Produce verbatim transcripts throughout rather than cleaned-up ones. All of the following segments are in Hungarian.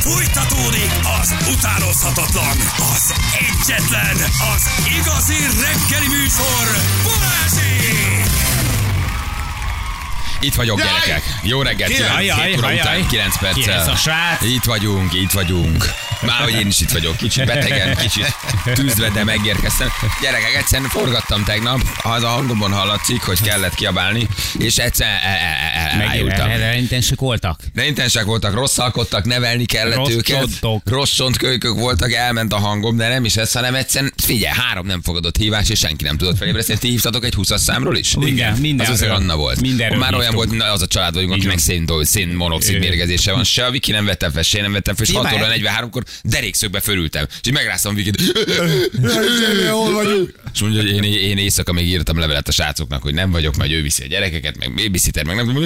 Fújtatódik az utánozhatatlan, az egyetlen, az igazi reggeli műsor, Balázsék! Itt vagyok, Jaj! gyerekek. Jó reggelt, Jaj, kívánok. kilenc perccel. Itt vagyunk, itt vagyunk. Már hogy én is itt vagyok. Kicsit betegen, kicsit tűzve, de megérkeztem. Gyerekek, egyszerűen forgattam tegnap, az a hangomban hallatszik, hogy kellett kiabálni, és egyszerűen elájultam. De intensek voltak. De intensek voltak, rosszalkodtak, nevelni kellett Rossz őket. csontok. Rossz csontkölykök voltak, elment a hangom, de nem is ez, hanem egyszerűen, figyelj, három nem fogadott hívás, és senki nem tudott felébreszteni. Ti hívtatok egy húszas számról is? Minden, minden. Az azért Anna volt. Mindenről Már olyan hívtunk. volt, na, az a család vagyunk, akinek szénmonoxid mérgezése van. Se a Viki nem vettem fel, se én nem vettem fel, és hat óra negyvenháromkor derékszögbe fölültem. És így megráztam Vikit. Hol vagyunk? És mondja, hogy én, én éjszaka még írtam levelet a srácoknak, hogy nem vagyok, majd ő viszi a gyerekeket, meg babysitter, meg nem tudom.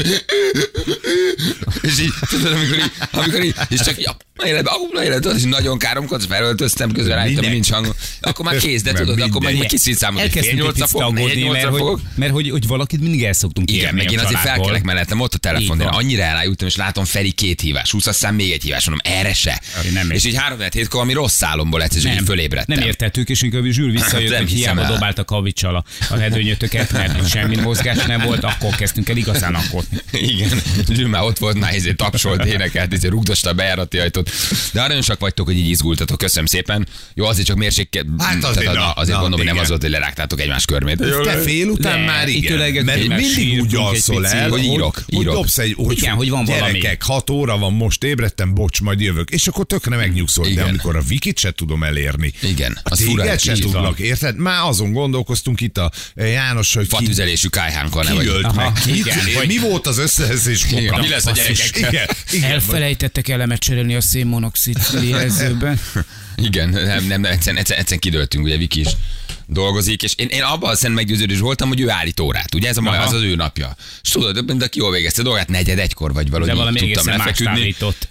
És így, tudod, amikor így, amikor így, és csak így, na életben, na életben, és nagyon káromkodsz, felöltöztem, közben rájöttem, hogy nincs hangom. Akkor már kész, de tudod, akkor már kiszít számot, hogy fél nyolcra fog, négy nyolcra fogok. Mert hogy, hogy valakit mindig el szoktunk Igen, meg én azért felkelek mellettem, ott a telefon, annyira elájultam, és látom Feri két hívás, húszas szám még egy hívás, mondom, erre se. Nem és így három hétkor, ami rossz álomból lett, és így fölébredtem. Nem értettük, és amikor Zsül visszajött, hogy hiába dobáltak kavicsal a, a redőnyötöket, mert semmi mozgás nem volt, akkor kezdtünk el igazán akkor. Igen, Zsül már ott volt, már ezért tapsolt, énekelt, ezért rugdosta a bejárati ajtót. De arra csak vagytok, hogy így izgultatok. Köszönöm szépen. Jó, azért csak mérsékkel. Hát azért, tehát, na, azért na, gondolom, hogy nem igen. az volt, hogy lerágtátok egymás körmét. Te fél után Le, már igen. ítélgetünk, Mert meg mindig sírtunk úgy egy alszol picit, el, hogy írok, hogy, írok. hogy dobsz egy, hogy, Igen, hogy van valami. gyerekek, hat óra van, most ébredtem, bocs, majd jövök. És akkor tökre megnyugszol. De Igen. amikor a Vikit se tudom elérni. Igen, A az fura, téged se így van. tudlak, érted? Már azon gondolkoztunk itt a János, hogy ki, Fatüzelésű kájhánkon nem ki vagy. ölt meg Aha, kit. igen, Mi vagy- volt az összeezés Igen, foka? mi lesz a gyerekekkel? Igen, igen. Elfelejtettek elemet cserélni a szénmonoxid jelzőben. Igen, nem, nem, nem egyszerűen, egyszerűen, egyszerűen kidőltünk, ugye Viki is dolgozik, és én, én abban a szent meggyőződés voltam, hogy ő állít órát, ugye ez a mai, az az ő napja. És tudod, mint aki jól végezte a dolgát, negyed egykor vagy valahogy De valami így tudtam egészen más lefeküdni. állított.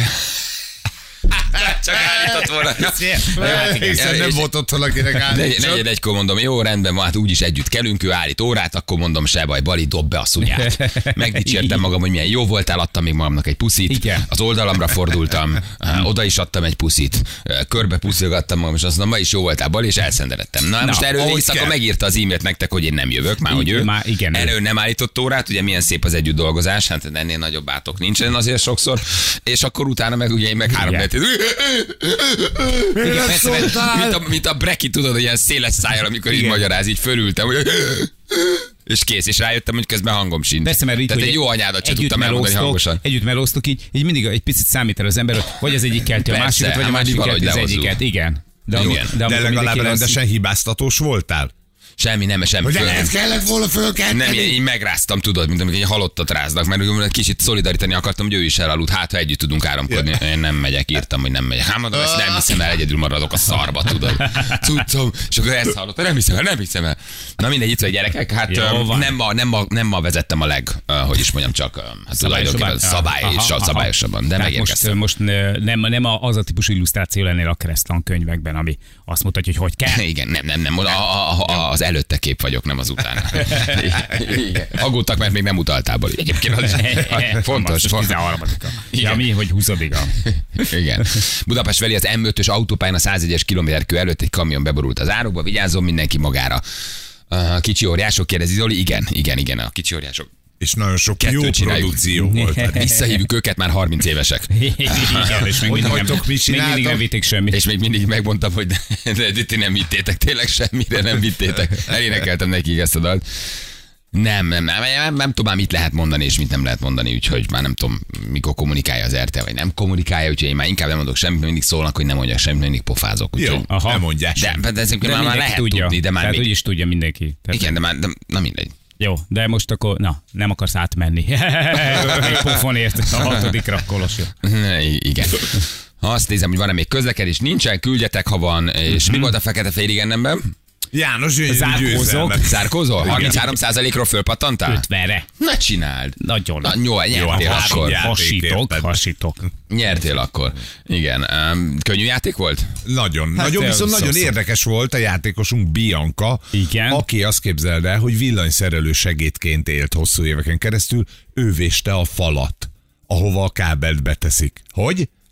Csak állított volna. Hiszen nem És- volt otthon, akinek Negy- állított. Negyed egykor mondom, jó, rendben van, hát úgyis együtt kelünk, ő állít órát, akkor mondom, se baj, Bali, dob be a szunyát. Megdicsértem magam, hogy milyen jó voltál, adtam még magamnak egy puszit, Igen. az oldalamra fordultam, oda is adtam egy puszit, körbe puszilgattam magam, és azt mondom, ma is jó voltál, Bali, és elszenderedtem. Na, Na most erről ahogy éjszaka kell. megírta az e-mailt nektek, hogy én nem jövök, már hogy Így, ő. már igen, ő. Erről ő nem állított órát, ugye milyen szép az együtt dolgozás, hát ennél nagyobb átok nincsen azért sokszor, és akkor utána meg ugye én meg három Igen. hét. Igen, persze, mert mint, a, mint a breki, tudod, hogy ilyen széles szájjal, amikor így magyaráz, így fölültem, hogy és kész, és rájöttem, hogy közben hangom sincs. Persze, mert így, Tehát hogy egy jó anyádat sem együtt tudtam elmondani melóztok, hangosan. Együtt melóztok, így, így mindig egy picit számít el az ember, hogy vagy az egyik kelti a Persze, másikat, vagy a hát másik valahogy kelti az lehozzuk. egyiket. Igen. De, Igen. amikor- De amikor legalább mindenki rendesen hibáztatós voltál? Semmi, nem, semmi. Hogy föl- lehet kellett volna fölkelteni? Nem, én, én megráztam, tudod, mint amikor egy halottat ráznak, mert úgy egy kicsit szolidarítani akartam, hogy ő is elaludt, hát ha együtt tudunk áramkodni. Én nem megyek, írtam, hogy nem megyek. Hát mondom, ezt nem hiszem el, egyedül maradok a szarba, tudod. Cuccom, és akkor ezt hallottam, nem hiszem el, nem hiszem el. Na mindegy, itt vagy gyerekek, hát Jó öm, van. nem ma, nem, ma, nem ma vezettem a leg, uh, hogy is mondjam, csak öm, hát tulajdonképpen szabály, Aha, aha. szabályosabban, de Tehát megérkeztem. most, most ö, nem, nem az a típusú illusztráció lennél a Keresztlan könyvekben, ami azt mutatja, hogy hogy kell. Igen, nem, nem, nem, a, a, a, az előtte kép vagyok, nem az után. Igen. Aggódtak, mert még nem utaltál, Bali. Egyébként az fontos. Most fontos. tizenharmadika. Ja, Igen. mi, hogy huszadika. Igen. Budapest Veli az em ötös autópályán a százegyes kilométerkő előtt egy kamion beborult az árokba, vigyázzon mindenki magára. A kicsi óriások, kérdezi Zoli, igen, igen, igen, a kicsi óriások. És nagyon sok Kettőt jó csináljuk. produkció volt. Hát Visszahívjuk őket, már harminc évesek. Igen, és még Hogy mindig, vagytok, mit nem, még mindig csináltok? nem vitték semmit. És még mindig megmondtam, hogy de, de, de ti nem vittétek, tényleg semmire nem vittétek. Elénekeltem nekik ezt a dalt. Nem, nem, nem, nem, nem tudom már mit lehet mondani, és mit nem lehet mondani, úgyhogy már nem tudom, mikor kommunikálja az er té, vagy nem kommunikálja, úgyhogy én már inkább nem mondok semmit, mert mindig szólnak, hogy nem mondjak semmit, mindig pofázok. Úgyhogy... Jó, Aha. nem mondják De, semmit. de ezek De már, már mindenki lehet tudja. tudni, de már Tehát még... úgyis tudja mindenki. Tehát, Igen, de már, de, na mindegy. Jó, de most akkor, na, nem akarsz átmenni. Egy pofonért a hatodikra, Kolosja. Igen. Azt nézem, hogy van-e még közlekedés. Nincsen, küldjetek, ha van. És mi volt a fekete-fehér igennemben? János, gyönyörű Zárkózok. győzelmet. Zárkózol? harminchárom százalékról fölpattantál? ötvenre. Ne csináld. Nagyon. Na, jó, nyertél hát akkor. játék, Hasítok, érted? hasítok. Nyertél akkor. Igen. Um, könnyű játék volt? Nagyon, Hát, nagyon, ez viszont nagyon szó-szó. érdekes volt a játékosunk Bianca, Igen. aki azt képzeld el, hogy villanyszerelő segédként élt hosszú éveken keresztül, ő véste a falat, ahova a kábelt beteszik. Hogy?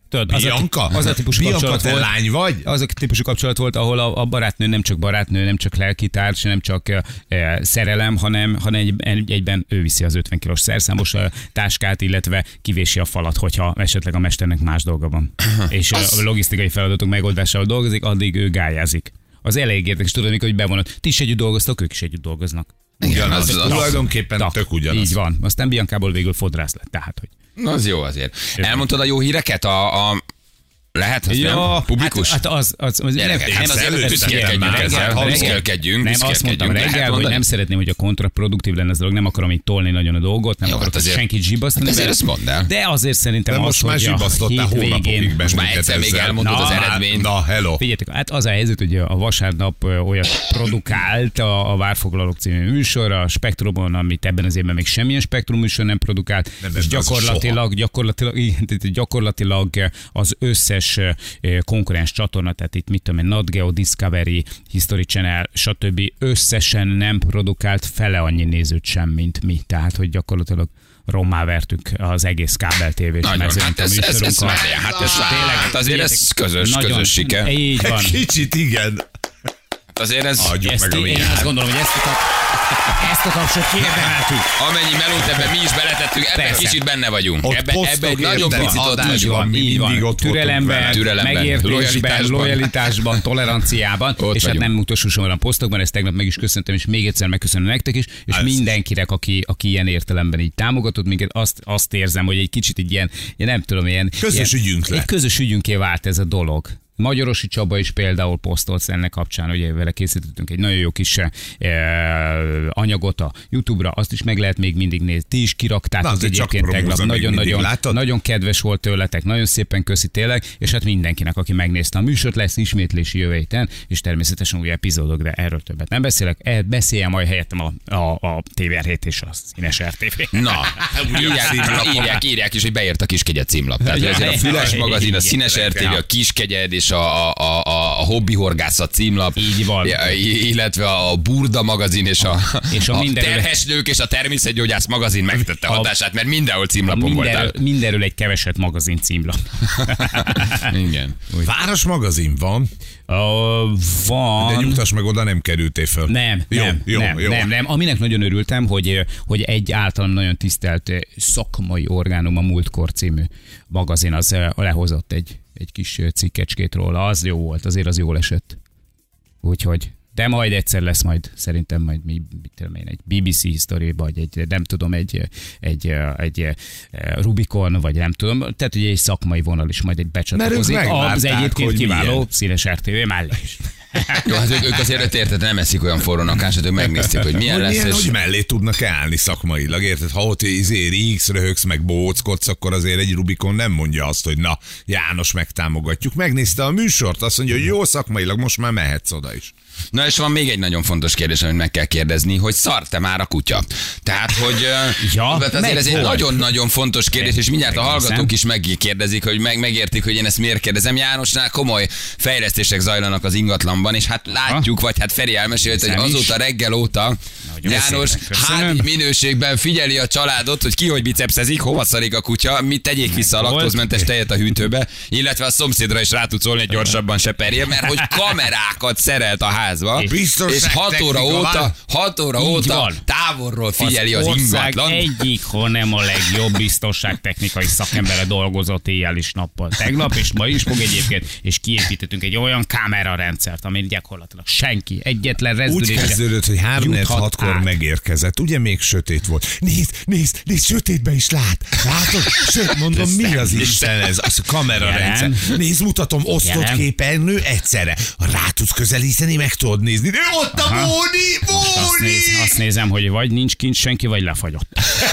Tudod, az, Bianca? a, az a típusú Bianca, kapcsolat te volt, lány vagy? az a típusú kapcsolat volt, ahol a, a barátnő nem csak barátnő, nem csak lelkitárs, nem csak e, szerelem, hanem, hanem egy, egy, egyben ő viszi az ötven kilós szerszámos táskát, illetve kivési a falat, hogyha esetleg a mesternek más dolga van. És az... a logisztikai feladatok megoldásával dolgozik, addig ő gályázik. Az elég érdekes, tudod, amikor hogy bevonod. Ti is együtt dolgoztok, ők is együtt dolgoznak. Ugyanaz, az, az, tulajdonképpen Tak, tök ugyanaz. Így van. Aztán Biancából végül fodrász lett, tehát hogy. az jó azért. Elmondtad a jó híreket? A, a... Lehet, az Ja, nem? Publikus? Hát, hát az, az, az Gyerekek, nem, én azért először büszkélkedjünk reggel, ezzel. reggel, Büszkélkedjünk, Nem, azt mondtam reggel, hogy nem szeretném, hogy a kontraproduktív lenne ez a dolog, nem akarom itt tolni nagyon a dolgot, nem Jó, akarok hát azért- senkit zsibasztani, hát ezért de- ezt mondd el. de azért szerintem De az, most már hogy a zsibasztottál hónapokig hétvégén... bennünket már egyszer még ezzel. elmondod Na, az hát, eredményt. Na, hello. Figyeljetek, hát az a helyzet, hogy a vasárnap ö, olyat produkált a, a Várfoglalók című műsor, a Spektrumon, amit ebben az évben még semmilyen Spektrum műsor nem produkált, Nem, és nem, az gyakorlatilag, gyakorlatilag, igen, tehát gyakorlatilag az összes ö, konkurens csatorna, tehát itt mit tudom én, Nat Geo, Discovery, History Channel, stb. Összesen nem produkált fele annyi nézőt sem, mint mi. Tehát, hogy gyakorlatilag rommá vertük az egész kábel tévés Nagyon, mezőnyt hát a ez, ez, ez, műsorunkkal. hát ez, hát azért ez közös, Nagyon- közös siker. Így van. Kicsit igen. Hát azért ez, Adjuk Ezt, meg a én miért. azt gondolom, hogy ezt a, tap- ezt a tapsot kiérdemeltük. amennyi melót ebben mi is beletettünk, ebben Persze. kicsit benne vagyunk. Ott Ebben, ebben posztok egy nagyon érted, picit ott adásban. így Így van, mi így mindig van. ott voltunk Türelemben, vele. Türelemben, megértésben, lojalitásban. lojalitásban, toleranciában, Ott és hát vagyunk. nem utolsó sorban a posztokban, ezt tegnap meg is köszöntem, és még egyszer megköszönöm nektek is, és Ez- mindenkinek, aki, aki ilyen értelemben így támogatott minket, azt, azt érzem, hogy egy kicsit így ilyen, ilyen nem tudom, ilyen... Közös ilyen, ügyünk lett. Egy közös ügyünké vált ez a dolog. Magyarosi Csaba is például posztolt ennek kapcsán, hogy vele készítettünk egy nagyon jó kis e, anyagot a YouTube-ra, azt is meg lehet még mindig nézni. Ti is kiraktátok Na, azért csak egyébként tegnap. promózza még mindig, Nagyon-nagyon látod? nagyon kedves volt tőletek, nagyon szépen köszi tényleg, és hát mindenkinek, aki megnézte a műsort, lesz ismétlési jövő héten, és természetesen új epizódok, de erről többet nem beszélek. E, beszéljen majd helyettem a, a, a té vé er hét és a Színes er té vé. Na, írják, írják, írják is, hogy beért a Kiskegyed címlap. Tehát hogy azért a Füles magazin, a Színes er té vé, a Kiskegyed és a, a, a, a Hobby Horgászat címlap. Így van. Ja, illetve a Burda magazin és a, És a a mindenről- Terhes nők és a Természetgyógyász magazin megtette A- hatását, mert mindenhol címlapon voltál. Mindenről, mindenről egy keveset magazin címlap. Igen. Város magazin van, Ö, van. de nyugtass meg, oda nem kerültél föl. Nem, jó, nem, jó, nem, jó. nem, nem. Aminek nagyon örültem, hogy, hogy egy általam nagyon tisztelt eh, szakmai orgánum, a Múltkor című magazin, az eh, lehozott egy, egy kis eh, cikkecskét róla. Az jó volt, azért az jól esett. Úgyhogy, de majd egyszer lesz majd, szerintem majd mi, mit tudom én, egy bé bé cé History, vagy egy, nem tudom, egy, egy, egy, egy Rubicon, vagy nem tudom, tehát ugye egy szakmai vonal is majd egy becsatlakozik. Mert ők Az megvárták, egyébként hogy kiváló milyen. Színes er té vé mellé is. Jó, hát ők, ők azért érted, nem eszik olyan forró akását, ők megnézték, hogy milyen Hogy lesz. milyen, És... hogy mellé tudnak állni szakmailag, érted? Ha ott izé X röhögsz, meg bóckodsz, akkor azért egy Rubikon nem mondja azt, hogy na, János, megtámogatjuk. Megnézte a műsort, azt mondja, hogy jó szakmailag, most már mehetsz oda is. Na és van még egy nagyon fontos kérdés, amit meg kell kérdezni, hogy szart-e már a kutya? Tehát, hogy Ja, hát azért meg ez egy volt. nagyon-nagyon fontos kérdés, és mindjárt a Megnézem. hallgatók is megkérdezik, hogy meg, megértik, hogy én ezt miért kérdezem. Jánosnál komoly fejlesztések zajlanak az ingatlanban, és hát látjuk, vagy hát Feri elmesélt, hogy Hiszem is. azóta reggel óta Nagyon János szépen köszönöm. hány minőségben figyeli a családot, hogy ki hogy bicepszezik, hova szarik a kutya, mi tegyék vissza a volt. laktózmentes tejet a hűtőbe, illetve a szomszédra is rá tudsz szólni, hogy gyorsabban seperje, mert hogy kamerákat szerelt a házba, Biztos és hat óra technika óta, van. hat óra Így óta van. távolról figyeli az, az az ország ingatlan. egyik, ha nem a legjobb biztonságtechnikai szakembere dolgozott éjjel is nappal tegnap, és ma is fog egyébként, és kiépítettünk egy olyan kamerarendszert, amit gyakorlatilag senki, egyetlen Úgy rezdülés. kezdődött, hogy három juthat hatkor át. megérkezett. Ugye még sötét volt. Nézd, nézd, nézd, sötétbe is lát. Látod? Sőt, mondom, mi az Isten ez? Az a kamerarendszer. Jelen. Nézd, mutatom, osztott Jelen. képernyő egyszerre. Ha rá tudsz közelíteni, meg tudod nézni. De ott a Aha. Móni, Azt, néz, Móni! azt nézem, hogy vagy nincs kint senki, vagy lefagyott.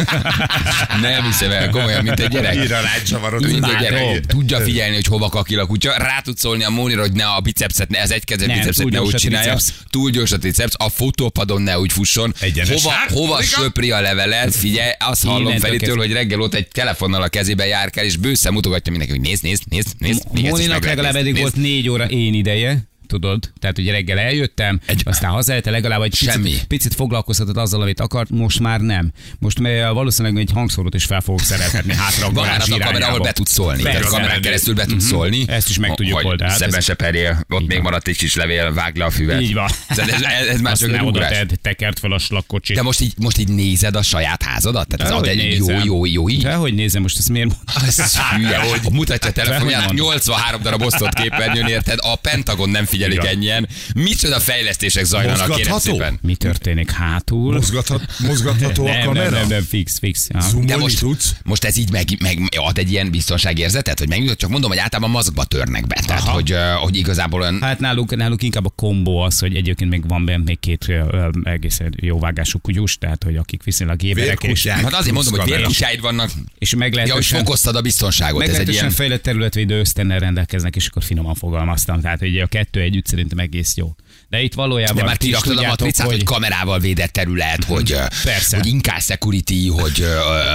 Nem hiszem el, komolyan, mint egy gyerek. Annyira rácsavarod. Mint egy Imádom. gyerek. Tudja figyelni, hogy hova kakil a kutya. Rá tudsz szólni a Mónira, hogy ne a bicepset, ne az egykezes Nem, bicepset túl ne gyors úgy a csinálja. triceps. Túl gyors a triceps, a fotópadon ne úgy fusson. Egyenes Hova, hát, hova Mónika? söpri a levelet, figyelj, azt hallom Innentől Feritől, kezdve. hogy reggel ott egy telefonnal a kezébe járkál, és bőszen mutogatja mindenki, hogy nézd, nézd, nézd, nézd. még ezt is Móninak meg lehet legalább nézni, eddig nézd. volt négy óra én ideje, tudod? Tehát, hogy reggel eljöttem, egy... aztán hazajöttem, legalább egy picit, picit foglalkoztatod azzal, amit akart, most már nem. Most valószínűleg egy hangszórót is fel fogok szereltetni hátra a garázs irányába. Van ahol be tudsz szólni. Tehát a kamerán keresztül be tudsz szólni. Ezt is meg tudjuk oldani. Szebben seperjél, ott még maradt egy kis levél, vágd le a füvet. Így van. Ez, ez, ez már csak egy ugrás. Tekert fel a slakkocsit. De most így, most így nézed a saját házadat? Tehát ez ad egy jó, jó, jó így? Dehogy nézem, most ezt miért mondom? Ez hülye, hogy mutatja a telefonját, nyolcvanhárom darab osztott képernyőn, érted? A Pentagon nem figyelik ennyien. Micsoda fejlesztések zajlanak, kérem szépen. Mi történik hátul? Mozgathat, mozgatható a kamera? Nem, nem, nem, fix, fix. De most, most ez így meg, meg ad egy ilyen biztonságérzetet, hogy megnyugodj, csak mondom, hogy általában maszkba törnek be. Tehát, hogy, hogy igazából olyan... Hát náluk, náluk inkább a kombó az, hogy egyébként még van benne még két uh, egészen jó vágású kutyus, tehát hogy akik viszonylag éberek. És... Hát azért mondom, hogy vérkutyáid vannak, és meglehetősen, ja, hogy fokoztad a biztonságot. Meglehetősen ez egy fejlett területvédő ösztennel rendelkeznek, és akkor finoman fogalmaztam. Tehát hogy a kettő együtt szerintem egész jó. De itt valójában... De már kiraktad a matricát, hogy... hogy kamerával védett terület, hogy, hogy inkább security, hogy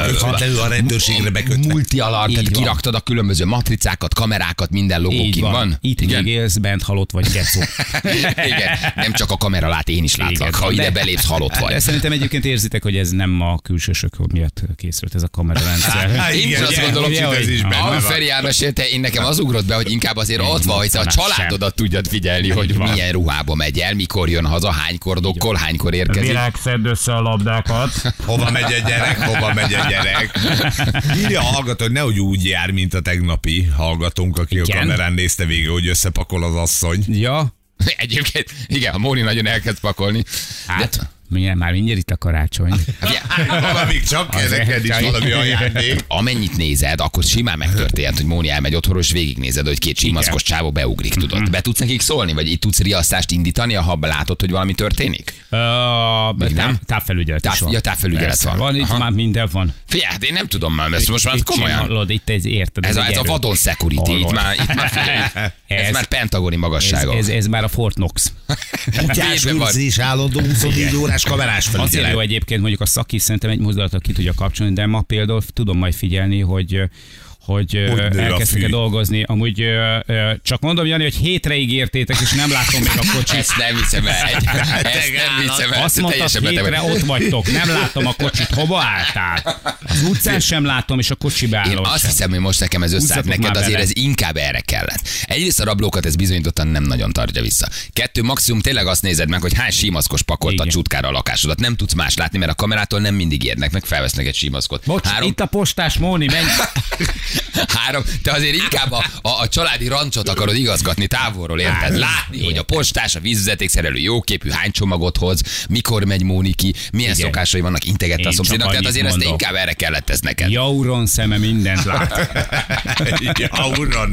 a rendőrségre bekötve. Multi-alarm, tehát kiraktad a különböző matricákat, kamerákat, minden logókin van. van. Itt igen? Még élsz, bent halott vagy, gecó. Igen, nem csak a kamera lát, én is látlak. Igen, ha ide de, belépsz, halott vagy. De szerintem egyébként érzitek, hogy ez nem a külsősök miatt készült ez a kamerarendszer. Én is azt gondolom, hogy ez is benne van. Feri elmesélte, én nekem az ugrott be, hogy inkább azért ott van, hogy a családodat tudjad figyelni, hogy milyen ruhába megy el, mikor jön haza, hánykor dokkol, hánykor érkezik. Virág, szedd össze a labdákat. Hova megy a gyerek, hova megy a gyerek. Írja a hallgató, hogy nehogy úgy jár, mint a tegnapi hallgatónk, aki igen? a kamerán nézte végig, hogy összepakol az asszony. Ja. Egyébként, igen, a Móni nagyon elkezd pakolni. Hát... De... Milyen, már mindjárt itt a karácsony. Valamik csak kell neked is valami ajándék. Amennyit nézed, akkor simán megtörtént, hogy Móni elmegy otthonról, és végignézed, hogy két simaszkos csávó beugrik, tudod. Be tudsz nekik szólni, vagy itt tudsz riasztást indítani, ha látod, hogy valami történik? Uh, táv, távfelügyelet táv, van. Ja, távfelügyelet van. Van, itt már minden van. Figyelj, hát én nem tudom már, ezt most már komolyan. Hallod, itt ez érted. Ez, ez, a, ez a vadon security, itt már, itt már figyelj, ez, ez már pentagoni magassága. Ez, ez, ez már a Fort Knox. Kutyás őrzés, állandó huszonnégy órás kamerás felügyelet. Azért jó egyébként, mondjuk a szaki szerintem egy mozdulatot ki tudja kapcsolni, de ma például tudom majd figyelni, hogy hogy elkezdtek dolgozni. Amúgy csak mondom, Jani, hogy hétre ígértétek, és nem látom még a kocsit. Ezt nem hiszem el. Egy, ezt nem hiszem el. Azt mondtad, hétre ott vagytok. Nem látom a kocsit. Hova álltál? Az utcán sem látom, és a kocsi beálló. Én azt sem. hiszem, hogy most nekem ez összeállt neked, azért bele. Ez inkább erre kellett. Egyrészt a rablókat ez bizonyítottan nem nagyon tartja vissza. Kettő, maximum tényleg azt nézed meg, hogy hány símaszkos pakolt a csutkára a lakásodat. Nem tudsz más látni, mert a kamerától nem mindig érnek meg, felvesznek egy símaszkot. Bocs, Három... itt a postás, Móni, menj! Három, te azért inkább a, a, a családi rancsot akarod igazgatni távolról, érted? Látni, igen. hogy a postás, a vízvezetékszerelő jóképű, hány csomagot hoz, mikor megy Móni ki, milyen igen. szokásai vannak, integette a szomszédnak, tehát azért mondom. Ezt inkább erre kellett ez neked. Jauron szeme mindent lát. Jauron.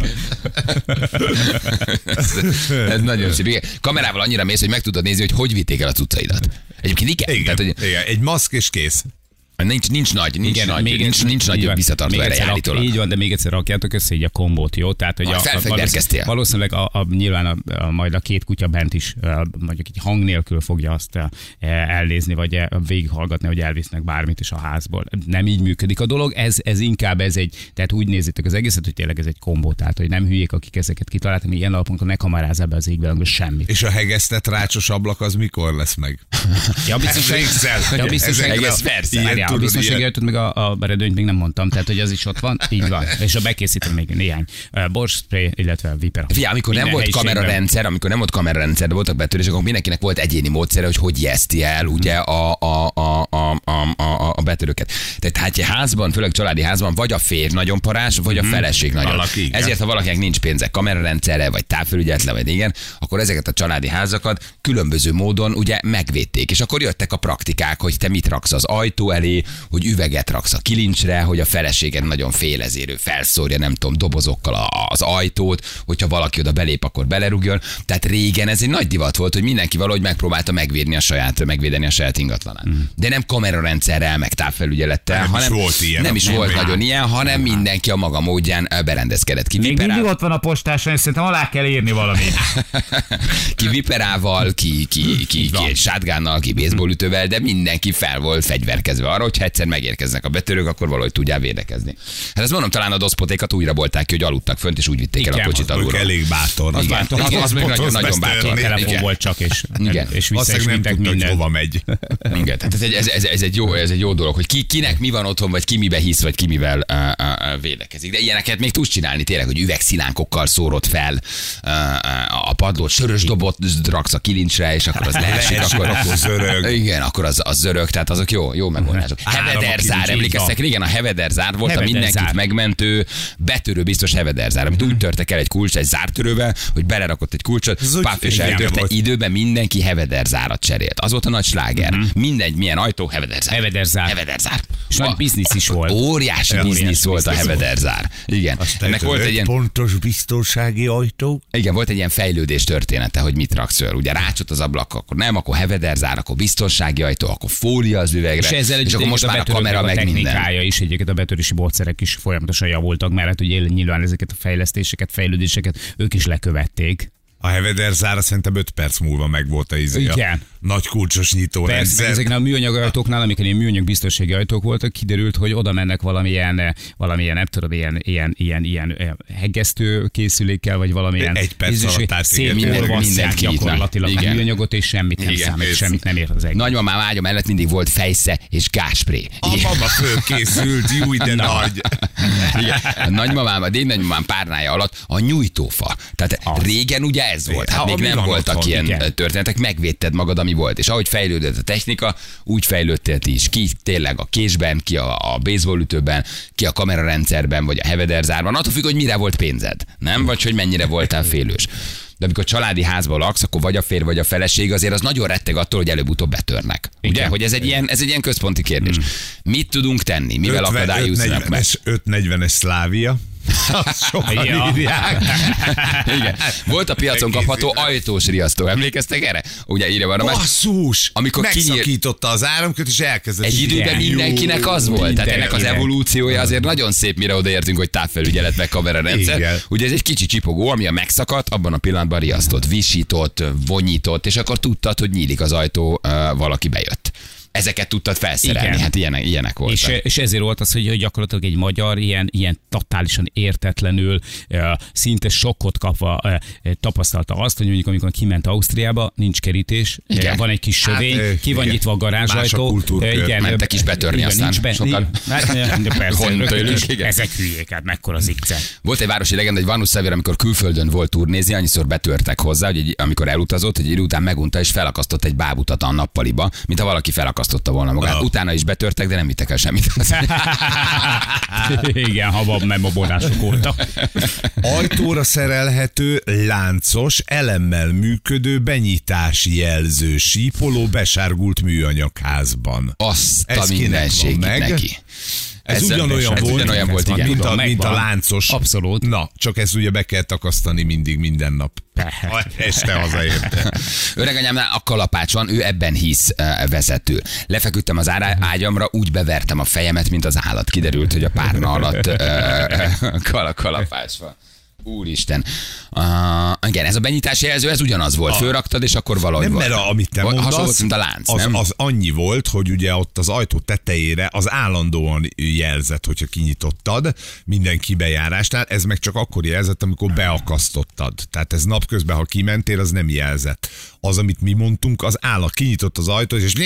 ez, ez nagyon szép. Kamerával annyira mész, hogy meg tudod nézni, hogy hogy vitték el a cuccaidat. Egyébként igen. Igen, tehát, hogy... igen. Egy maszk és kész. Nincs, nincs nagy, nincs igen, nagy, még nincs, nincs nagy visszatartó erre állítólag. Így van, de még egyszer rakjátok össze így a kombót, jó? Tehát, hogy a, valószínűleg, valószínűleg a, a, nyilván a, a, majd a két kutya bent is mondjuk egy hang nélkül fogja azt elnézni, vagy végighallgatni, hogy elvisznek bármit is a házból. Nem így működik a dolog, ez, ez inkább ez egy, tehát úgy nézitek az egészet, hogy tényleg ez egy kombó, tehát hogy nem hülyék, akik ezeket kitaláltak, ilyen alapon ne kamerázzál be az égbe, semmit. És a hegesztett rácsos ablak az mikor lesz meg? Ja, biztos, még a, a redőnyt még nem mondtam, tehát hogy az is ott van, így van. És a bekészítem még néhány uh, borspray, illetve viper. Figyelj, amikor nem volt kamerarendszer, amikor nem volt kamerarendszer, de voltak betörések, akkor mindenkinek volt egyéni módszere, hogy hogy jeszti el ugye a, a, a, a, a, a, a betörőket. Tehát hát egy házban, főleg családi házban, vagy a férj nagyon parás, vagy a feleség nagyon. Valaki, ezért, ha valakinek nincs pénze kamerarendszerre, vagy távfelügyeletre, vagy igen, akkor ezeket a családi házakat különböző módon ugye megvédték. És akkor jöttek a praktikák, hogy te mit raksz az ajtó elé, hogy üveget raksz a kilincsre, hogy a feleséged nagyon fél, ezért ő felszórja, nem tudom, dobozokkal az ajtót, hogyha valaki oda belép, akkor belerugjon. Tehát régen ez egy nagy divat volt, hogy mindenki valahogy megpróbálta megvédeni a saját, megvédeni a saját ingatlanát. Mm. De nem kamerát kamerarendszerrel, meg távfelügyelettel, Nem is hanem volt ilyen. nem is Nem, volt nem. nagyon ilyen, hanem mindenki a maga módján ö, berendezkedett. Ki Még mindig viperál, ott van a postáson, és szerintem alá kell írni valamit. ki viperával, ki, ki, ki, ki egy sátgánnal, ki baseballütővel, de mindenki fel volt fegyverkezve arra, hogy ha egyszer megérkeznek a betörők, akkor valahogy tudjál védekezni. Hát ezt mondom, talán a doszpotékat úgy rabolták ki, hogy aludtak fönt, és úgy vitték el a Igen, kocsit Mondjuk alulról. elég bátor. Az Igen. bátor, az- az még nagyon- nagyon bátor. A telefon Igen. volt csak, és, Igen. és vissza Azt is nem vintek tudta, hogy mindent. hova megy. Igen, tehát ez egy, ez, ez, ez, egy jó, ez egy jó dolog, hogy ki, kinek mi van otthon, vagy ki mibe hisz, vagy ki mivel uh, uh, védekezik. De ilyeneket még tudsz csinálni tényleg, hogy üvegszilánkokkal szórod fel uh, uh, a padlót, sörös dobot raksz a kilincsre, és akkor az leesik, Leesik, akkor, akkor zörög. Igen, akkor az, az zörög, tehát azok jó, jó megoldások. Áram a Hevederzár, kilincs, emlékeztek, régen a Hevederzár volt a Hevederzár. mindenkit megmentő, betörő biztos Hevederzár, amit úgy törtek el egy kulcs, egy zártörővel, hogy belerakott egy kulcsot, Ez úgy- páf, és igen, eltörte. volt. Időben mindenki Hevederzárat cserélt. Az volt a nagy sláger. Mindegy, milyen ajtó, Hevederzár. Hevederzár. Hevederzár. És nagy A- biznisz is volt. Óriási Ja, biznisz óriási volt a biznisz volt. Hevederzár. Igen. Ennek volt egy ilyen, pontos biztonsági ajtó. igen, volt egy ilyen fejlődés története, hogy mit raksz föl. Ugye rácsot az ablak, akkor nem, akkor Hevederzár, akkor biztonsági ajtó, akkor fólia az üvegre. És ezzel és akkor most már a kamera a meg minden. technikája is, egyébként a betörési módszerek is folyamatosan javultak, mert hát ugye nyilván ezeket a fejlesztéseket, fejlődéseket ők is lekövették. A Hevederzára szerintem öt perc múlva meg volt a izé. Igen. Nagy kulcsos nyitó Persze, meg rendszer. ezeknél a műanyag ajtóknál, amikor ilyen műanyag biztonsági ajtók voltak, kiderült, hogy oda mennek valamilyen, valamilyen nem tudom, ilyen, ilyen, ilyen, ilyen hegesztő készülékkel, vagy valamilyen Egy perc ízű- alatt átégeti. szétolvasszák Mindent kinyitnak. gyakorlatilag a Igen. műanyagot, és semmit nem Igen. számít, Ez- semmit nem ér az egész. Nagymamám ágya mellett mindig volt fejsze és gázspré. A mama fölkészült, jó de nagy. Igen. A nagymamám, a dédnagymamám párnája alatt a nyújtófa. Tehát Az. régen ugye ez volt. Hát Ha, még ami nem van voltak otthon, ilyen igen. történetek, megvédted magad, ami volt. És ahogy fejlődött a technika, úgy fejlődtél ti is. Ki tényleg a késben, ki a, a baseballütőben, ki a kamerarendszerben, vagy a Hevederzárban. Attól függ, hogy mire volt pénzed. Nem? Vagy hogy mennyire voltál félős. De amikor családi házban laksz, akkor vagy a férj, vagy a feleség, azért az nagyon retteg attól, hogy előbb-ubb betörnek. Ugye? Igen. Hogy ez egy ilyen, ez egy ilyen központi kérdés. Mit tudunk tenni? Mivel akadályoznak meg? öt negyvenes Szlávia. Azt sokan Ja. írják. Igen. Volt a piacon kapható ajtós riasztó, emlékeztek erre? Ugye írja van a más. Basszus! Amikor Megszakította az áramkört, és elkezdett Egy időben Igen. mindenkinek az volt. Tehát ennek az Mindenkinek. evolúciója azért nagyon szép, mire odaértünk, hogy távfelügyelet meg kamerarendszer. Igen. Ugye ez egy kicsi csipogó, ami a megszakadt, abban a pillanatban riasztott, visított, vonyított, és akkor tudtad, hogy nyílik az ajtó, uh, valaki bejött. Ezeket tudtad felszerelni, Igen. hát ilyenek, ilyenek voltak. És, és ezért volt az, hogy hogy gyakorlatilag egy magyar ilyen, ilyen totálisan értetlenül, uh, szinte sokkot kapva uh, tapasztalta azt, hogy mondjuk amikor kiment Ausztriába, nincs kerítés, Igen. uh, van egy kis Hát, sövény, ö, ki van igen. nyitva a Más a garázsajtó. kultúrkör. uh, igen, Mentek is betörni igen, aztán nincs be, sokan. Hát, de persze, Hon rögtön tőlük, is, igen. ezek hülyék, hát mekkora zicser. Volt egy városi legenda, hogy Vanus Xavier, amikor külföldön volt turnézni, annyiszor betörtek hozzá, hogy egy, amikor elutazott, hogy idő után megunta és felakasztott egy bábutat a nappaliba, mint ha valaki felakasztotta volna magát. Ah. Utána is betörtek, de nem vittek el semmit. Igen, habab memobodások óta. Ajtóra szerelhető, láncos, elemmel működő benyitási jelző sípoló besárgult műanyagházban. Azt a Ez kinek mindenségét van meg? neki. Ez Ezzel- ugyanolyan ez volt, ugyanolyan volt, mint, igen. mint, a, Megvan, mint a megvan. láncos. Abszolút. Na, csak ezt ugye be kell takasztani mindig, minden nap. Persze. Este hazaérte. Öreganyámnál a kalapács van, ő ebben hisz uh, vezető. Lefeküdtem az ára, ágyamra, úgy bevertem a fejemet, mint az állat. Kiderült, hogy a párna alatt uh, uh, kal- kalapács van. Úristen. Uh, igen, ez a benyitási jelző, ez ugyanaz volt. Fölraktad, és akkor valahogy Nem, volt. mert a, amit te Vagy mondasz, hasonló, mint a lánc, az, nem? az annyi volt, hogy ugye ott az ajtó tetejére az állandóan jelzett, hogyha kinyitottad minden kibejárásnál, ez meg csak akkor jelzett, amikor beakasztottad. Tehát ez napközben, ha kimentél, az nem jelzett. Az, amit mi mondtunk, az állat kinyitott az ajtót, és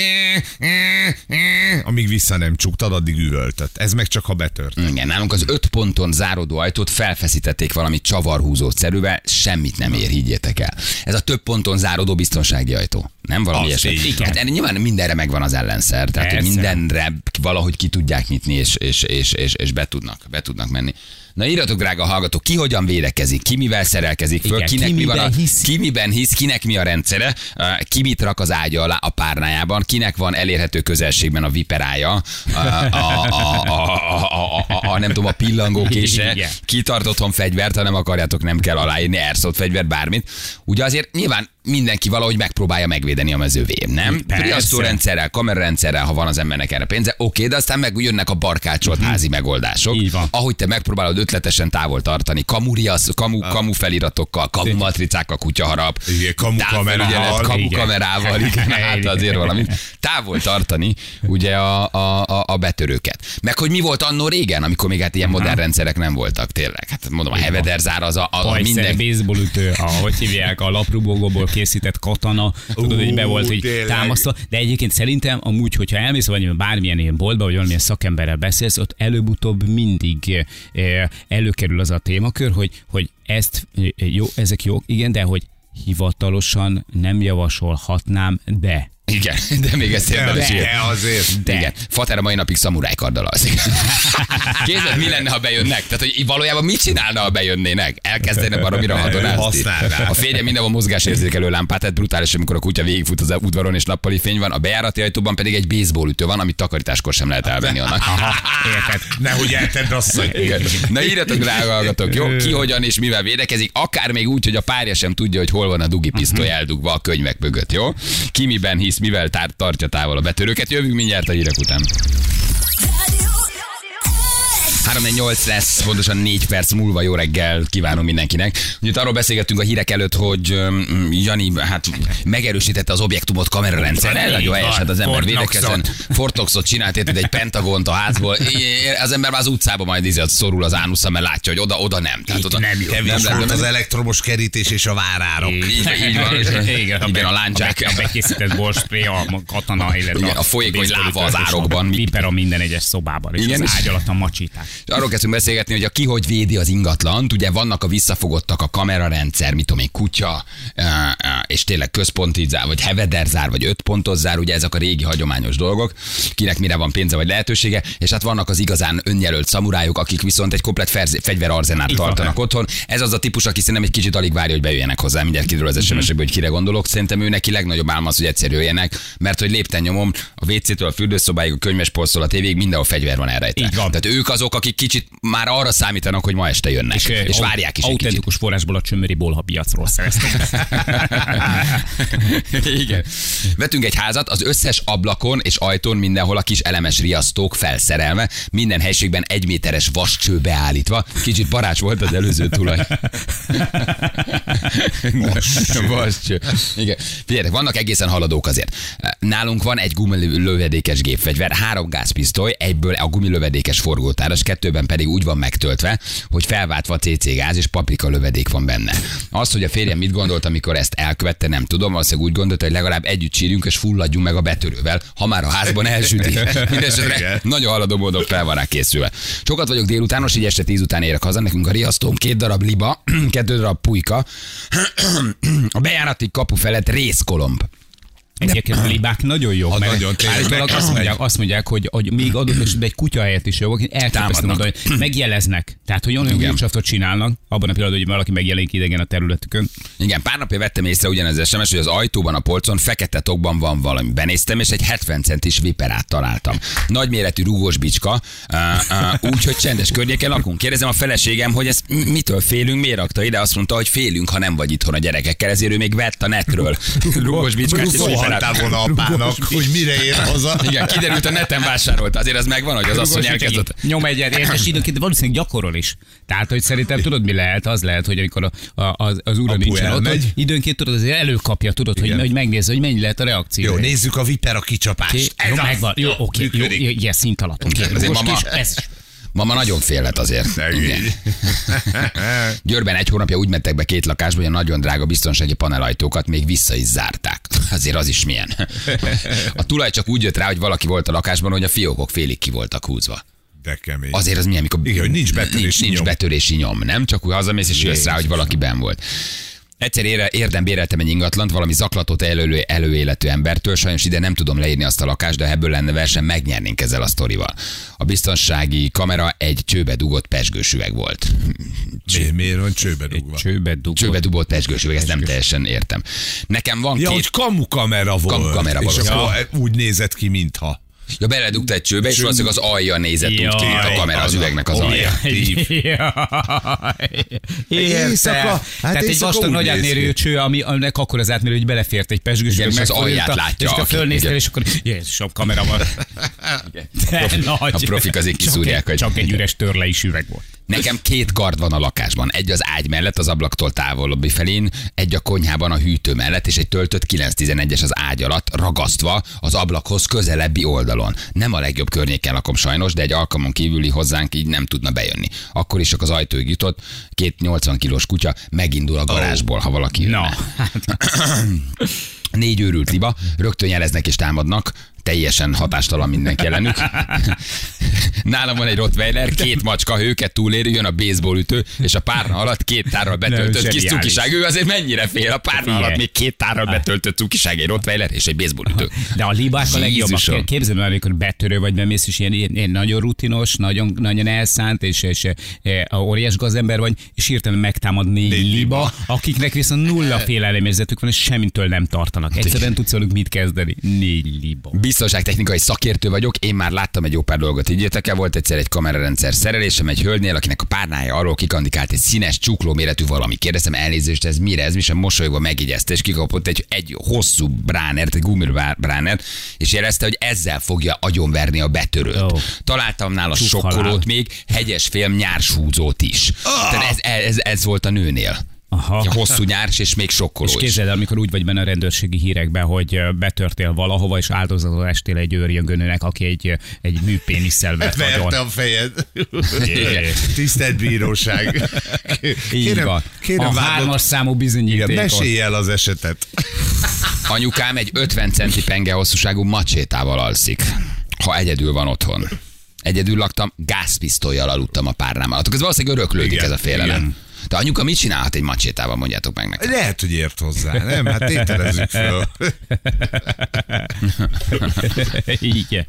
amíg vissza nem csuktad, addig üvöltött. Ez meg csak, ha betört. Igen, nálunk az öt ponton záródó ajtót felfeszítették valami csavarhúzó szerűvel, semmit nem ér, higgyétek el. Ez a több ponton záródó biztonsági ajtó. Nem valami Az ilyesmi. így Hát erre nyilván mindenre megvan az ellenszer, tehát hogy Persze. mindenre valahogy ki tudják nyitni, és, és, és, és, és be, tudnak, be tudnak menni. Na írjatok, drága hallgatók, ki hogyan védekezik, ki mivel szerelkezik föl, Igen, kinek ki mi van a, miben hisz. ki miben hisz, kinek mi a rendszere, uh, ki mit rak az ágya alá a párnájában, kinek van elérhető közelségben a viperája, a, a, a, a, a, a, a, a nem tudom, a pillangókése, Igen. ki tart otthon fegyvert, ha nem akarjátok, nem kell aláírni, airsoft fegyvert, bármit. Ugye azért nyilván mindenki valahogy megpróbálja megvédeni a mezővém, nem? Riasztórendszerrel, kamerarendszerrel, ha van az embernek erre pénze, oké, de aztán meg jönnek a barkácsolt uh-huh. házi megoldások. Ahogy te megpróbálod ötletesen távol tartani, kamu, riasz, kamu, ah. kamu feliratokkal, kamu matricákkal, kutyaharap, igen, kamu kamerával, kamu kamerával, igen, hát azért valamit távol tartani ugye a, a, a, a betörőket. Meg hogy mi volt annó régen, amikor még hát ilyen uh-huh. modern rendszerek nem voltak tényleg. Hát mondom, a hevederzár az a, a, a minden... baseballütő, ahogy hívják, a laprúbogóból készített katana, tudod, hogy be volt így támasztva. De egyébként szerintem amúgy, hogyha elmész vagy bármilyen ilyen boltba, vagy valamilyen szakemberrel beszélsz, ott előbb-utóbb mindig előkerül az a témakör, hogy, hogy ezt, jó, ezek jók, igen, de hogy hivatalosan nem javasolhatnám, de... Igen, de még ezt értem is de azért. De. Igen. Fater a mai napig szamurájkarddal alszik. Képzeld, mi lenne, ha bejönnek? Tehát, hogy valójában mit csinálna, ha bejönnének? Elkezdene baromira hadonászni. A férje mindenhol mozgásérzékelő lámpát, tehát brutális, amikor a kutya végigfut az udvaron és nappali fény van, a bejárati ajtóban pedig egy baseballütő van, amit takarításkor sem lehet elvenni annak. Érted? Nehogy eltedd asszony. Na írjatok, drága hallgatók, jó? Ki hogyan és mivel védekezik, akár még úgy, hogy a párja sem tudja, hogy hol van a dugi pisztoly eldugva a könyvek mögött, jó? Ki miben hisz, mivel tár- tartja távol a betörőket. Jövünk mindjárt a hírek után. három nyolc lesz, pontosan négy perc múlva. Jó reggel kívánom mindenkinek. Ugye arról beszélgettünk a hírek előtt, hogy um, Jani hát megerősítette az objektumot kamerarendszerrel. Nagyon helyes, hát az ember védekezzen. Fortnoxot csinált, érted, egy pentagont a házból. Az ember már az utcában majd izé szorul az ánusza, mert látja, hogy oda, oda nem. Tehát oda nem jó. Nem, nem volt az elektromos kerítés és a várárok. Így, így van. És igen, igen, a láncsák. A bekészített borspray, a katana, illetve a folyékony láva az árokban. Viper a minden egyes szobában, és az ágy alatt a macsítás. Arról kezdtünk beszélgetni, hogy a ki hogy védi az ingatlant, ugye vannak a visszafogottak, a kamerarendszer, mit tudom én, kutya, és tényleg központi zár, vagy hevederzár, vagy öt pontos zár, ugye ezek a régi hagyományos dolgok, kinek mire van pénze vagy lehetősége, és hát vannak az igazán önjelölt szamurájuk, akik viszont egy komplet fegyverarzenát tartanak otthon. Ez az a típus, aki szerintem egy kicsit alig várja, hogy bejöjjenek hozzá, mindjárt kiderül az es em es-ekből, hogy kire gondolok. Szerintem ő neki legnagyobb álma az, hogy egyszer jöjjenek, mert hogy lépten nyomom a vé cétől a fürdőszobáig, a könyvespolctól a tévéig, mindenhol fegyver van elrejtve. Tehát ők azok, akik kicsit már arra számítanak, hogy ma este jönnek, és, és várják is. Autentikus forrásból a csömöri bolha piacról szerezték. Igen. Vettünk egy házat, az összes ablakon és ajtón mindenhol a kis elemes riasztók felszerelve, minden helységben egy méteres vascső beállítva. Kicsit barát volt az előző tulaj. Vascső. Igen. Figyeljetek, vannak egészen haladók azért. Nálunk van egy gumilövedékes gépfegyver, három gázpisztoly, egyből a gumilövedékes forgótáras, kettőben pedig úgy van megtöltve, hogy felváltva cé cé gáz és paprika lövedék van benne. Azt, hogy a férjem mit gondolt, amikor ezt elkövette, nem tudom, valószínűleg úgy gondolta, hogy legalább együtt sírjunk és fulladjunk meg a betörővel, ha már a házban elsüti. Mindenesetre nagyon haladó módon fel van rá készülve. Sokat vagyok délutános, így este tíz után érek haza, nekünk a riasztóm, két darab liba, kettő darab pulyka, a bejárati kapu felett részkolomb. Egyébként a libák nagyon jók, mert nagyon állítólag azt mondják, azt mondják, hogy, hogy még adott esetben egy kutya helyett is jók, elképesztő mondani, hogy megjeleznek. Tehát, hogy olyan gépcsaftot csinálnak, abban a pillanatban, hogy valaki megjelenik idegen a területükön. Igen, pár napja vettem észre ugyanez es em es, hogy az ajtóban, a polcon fekete tokban van valami. Benéztem, és egy hetven centis viperát találtam. Nagyméretű rúgós bicska, uh, uh, úgyhogy csendes környéken lakunk. Kérdezem a feleségem, hogy ezt mitől félünk, miért rakta ide? Azt mondta, hogy félünk, ha nem vagy itthon a gyerekekkel, ezért ő még vett a netről rúgós bicskát. Volna apának, hogy mire ér haza. Igen, kiderült, a neten vásárolt. Azért az megvan, hogy az asszony elkezdett. Nyom egyet, értes időnként, valószínűleg gyakorol is. Tehát, hogy szerintem tudod, mi lehet? Az lehet, hogy amikor a, a, az, az úra nincsen ott, hogy időnként tudod, azért előkapja, tudod, hogy, hogy megnézze, hogy mennyi lehet a reakció. Jó, nézzük a viper a kicsapást. Ez jó, megvan. Jó, oké, jó, ilyen szint alatt. Ez is. Mama nagyon félet azért. Győrben egy hónapja úgy mentek be két lakásba, hogy a nagyon drága biztonsági panelajtókat még vissza is zárták. Azért az is milyen. A tulaj csak úgy jött rá, hogy valaki volt a lakásban, hogy a fiókok félig ki voltak húzva. De kemény. Azért az milyen, amikor igen, hogy nincs betörési nincs, nincs nyom. betörési nyom, nem? Csak úgy hazamész és jössz rá, hogy valaki benn volt. Egyszer érdem béreltem egy ingatlant valami zaklatott elő, előéletű embertől, sajnos ide nem tudom leírni azt a lakást, de ebből lenne verseny, megnyernénk ezzel a sztorival. A biztonsági kamera egy csőbe dugott pezsgős üveg volt. Mi, miért van csőbe dugva? Csőbe dugott. Csőbe dugott pezsgős üveg, ezt nem teljesen értem. Nekem van ja, két... hogy kamukamera volt. Kamukamera volt. És akkor úgy nézett ki, mintha. Ja, beledugta egy csőbe, és valószínűleg az alja nézett úgy ki, Jaj, a kamera az üvegnek az alja. Éjszaka. Tehát egy vastag nagy átmérő cső, ami, aminek akkor az átmérő, hogy belefért egy pesgős, és az alját látja. És akkor fölnéztél, és akkor Jézusom, kamera van. A profik azért kiszúrják, hogy... Csak egy üres törle is üveg volt. Nekem két kard van a lakásban. Egy az ágy mellett, az ablaktól távolabbi felén, egy a konyhában a hűtő mellett, és egy töltött kilenc tizenegyes az ágy alatt, ragasztva az ablakhoz közelebbi oldalon. Nem a legjobb környéken lakom sajnos, de egy alkalmon kívüli hozzánk így nem tudna bejönni. Akkor is csak az ajtóig jutott, két nyolcvan kilós kutya megindul a garázsból, ha valaki jönne. No. Négy őrült liba, rögtön jeleznek és támadnak, teljesen hatástalan mindenki ellenük. Nálam van egy rottweiler, két macska, őket túlérő, jön a baseball ütő, és a párna alatt két tárral betöltött kis cukiság. Ő azért mennyire fél, a párna alatt még két tárral betöltött cukiság, egy rottweiler és egy baseball ütő. De a libák a legjobbak. Képzeld el, amikor betörő vagy bemész, és ilyen, ilyen nagyon rutinos, nagyon, nagyon elszánt, és, és e, óriás gazember vagy, és hirtelen megtámad négy liba, akiknek viszont nulla félelemmérzetük van, és semmitől nem tartanak. Egyszerűen tudsz velük mit kezdeni. Négy liba. Biztonságtechnikai szakértő vagyok, én már láttam egy jó pár dolgot, így jöttek el, volt egyszer egy kamerarendszer szerelésem egy hölgynél, akinek a párnája arról kikandikált egy színes csukló méretű valami. Kérdeztem elnézést, ez mire, ez mi sem mosolyogva megjegyezte, és kikapott egy, egy hosszú bránert, egy gumibránert, és jelezte, hogy ezzel fogja agyonverni a betörőt. Oh. Találtam nála sokkolót még, hegyes film nyárshúzót is. Oh. Tehát ez, ez, ez volt a nőnél. Aha. Hosszú nyárs, és még sokkoló. És képzeld el, amikor úgy vagy benne a rendőrségi hírekben, hogy betörtél valahova, és áldozatot estél egy őrjöngönőnek, aki egy, egy műpénisszel vert verte agyon. a fejed. Tisztelt bíróság. Így van. A hármas számú bizonyítékot. Mesélj el az esetet. Anyukám egy ötven centi penge hosszúságú macsétával alszik, ha egyedül van otthon. Egyedül laktam, gázpisztollyal aludtam a párnám alatt. Ez valószínűleg öröklődik, igen, ez a félelem. Igen. De anyuka mit csinálhat egy macsétával, mondjátok meg nekem. Lehet, hogy ért hozzá, nem? Hát tételezzük föl. Igen.